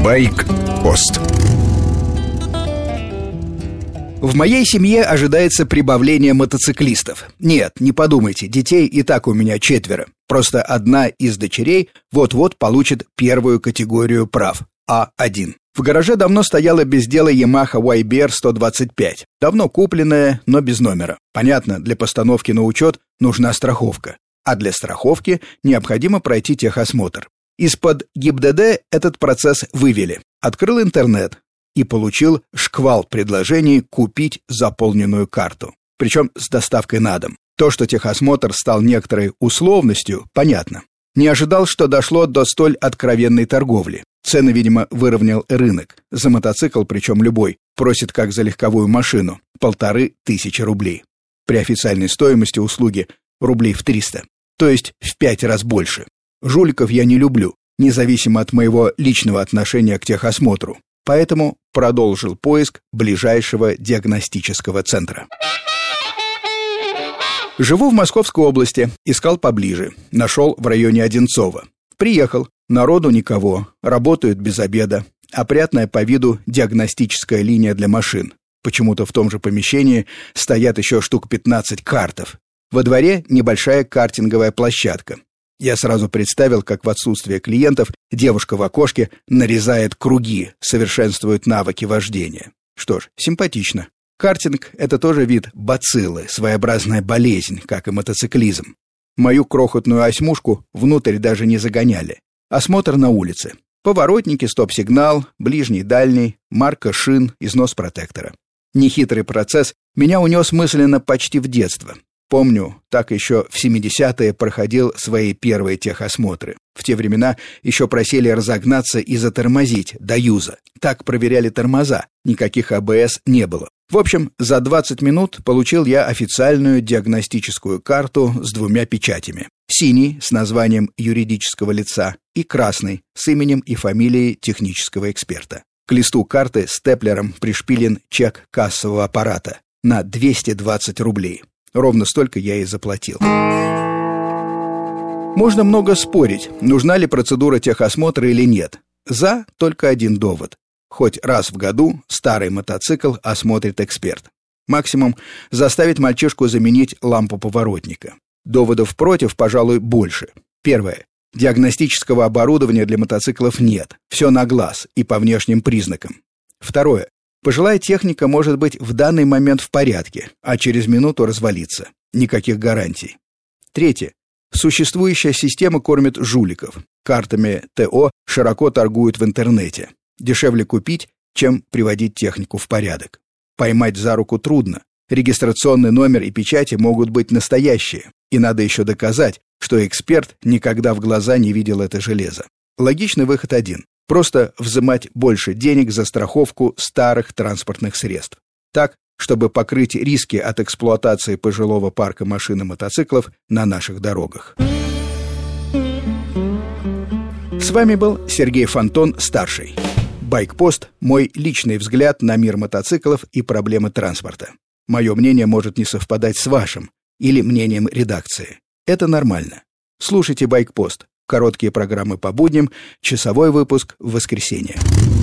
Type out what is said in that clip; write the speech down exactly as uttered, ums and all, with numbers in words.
Байк-пост. В моей семье ожидается прибавление мотоциклистов. Нет, не подумайте, детей и так у меня четверо. Просто одна из дочерей вот-вот получит первую категорию прав – А один. В гараже давно стояла без дела Yamaha уай би ар сто двадцать пять. Давно купленная, но без номера. Понятно, для постановки на учет нужна страховка. А для страховки необходимо пройти техосмотр. Из-под ГИБДД этот процесс вывели. Открыл интернет и получил шквал предложений купить заполненную карту. Причем с доставкой на дом. То, что техосмотр стал некоторой условностью, понятно. Не ожидал, что дошло до столь откровенной торговли. Цены, видимо, выровнял рынок. За мотоцикл, причем любой, просит как за легковую машину, полторы тысячи рублей. При официальной стоимости услуги рублей в триста. То есть в пять раз больше. Жуликов я не люблю, независимо от моего личного отношения к техосмотру. Поэтому продолжил поиск ближайшего диагностического центра. Живу в Московской области, искал поближе. Нашел в районе Одинцова. Приехал, народу никого, работают без обеда. Опрятная по виду диагностическая линия для машин. Почему-то в том же помещении стоят еще штук пятнадцать картов. Во дворе небольшая картинговая площадка. Я сразу представил, как в отсутствие клиентов девушка в окошке нарезает круги, совершенствует навыки вождения. Что ж, симпатично. Картинг – это тоже вид бациллы, своеобразная болезнь, как и мотоциклизм. Мою крохотную осьмушку внутрь даже не загоняли. Осмотр на улице. Поворотники, стоп-сигнал, ближний, дальний, марка шин, износ протектора. Нехитрый процесс меня унес мысленно почти в детство. Помню, так еще в семидесятые проходил свои первые техосмотры. В те времена еще просили разогнаться и затормозить до юза. Так проверяли тормоза, никаких а бэ эс не было. В общем, за двадцать минут получил я официальную диагностическую карту с двумя печатями. Синий с названием юридического лица и красный с именем и фамилией технического эксперта. К листу карты степлером пришпилен чек кассового аппарата на двести двадцать рублей. Ровно столько я и заплатил. Можно много спорить, нужна ли процедура техосмотра или нет. За только один довод. Хоть раз в году старый мотоцикл осмотрит эксперт. Максимум заставит мальчишку заменить лампу поворотника. Доводов против, пожалуй, больше. Первое. Диагностического оборудования для мотоциклов нет. Все на глаз и по внешним признакам. Второе. Пожилая техника может быть в данный момент в порядке, а через минуту развалиться. Никаких гарантий. Третье. Существующая система кормит жуликов. Картами тэ о широко торгуют в интернете. Дешевле купить, чем приводить технику в порядок. Поймать за руку трудно. Регистрационный номер и печати могут быть настоящие. И надо еще доказать, что эксперт никогда в глаза не видел это железо. Логичный выход один. Просто взимать больше денег за страховку старых транспортных средств. Так, чтобы покрыть риски от эксплуатации пожилого парка машин и мотоциклов на наших дорогах. С вами был Сергей Фонтон, старший. Байк-пост – мой личный взгляд на мир мотоциклов и проблемы транспорта. Мое мнение может не совпадать с вашим или мнением редакции. Это нормально. Слушайте Байк-пост. Короткие программы по будням, часовой выпуск в воскресенье.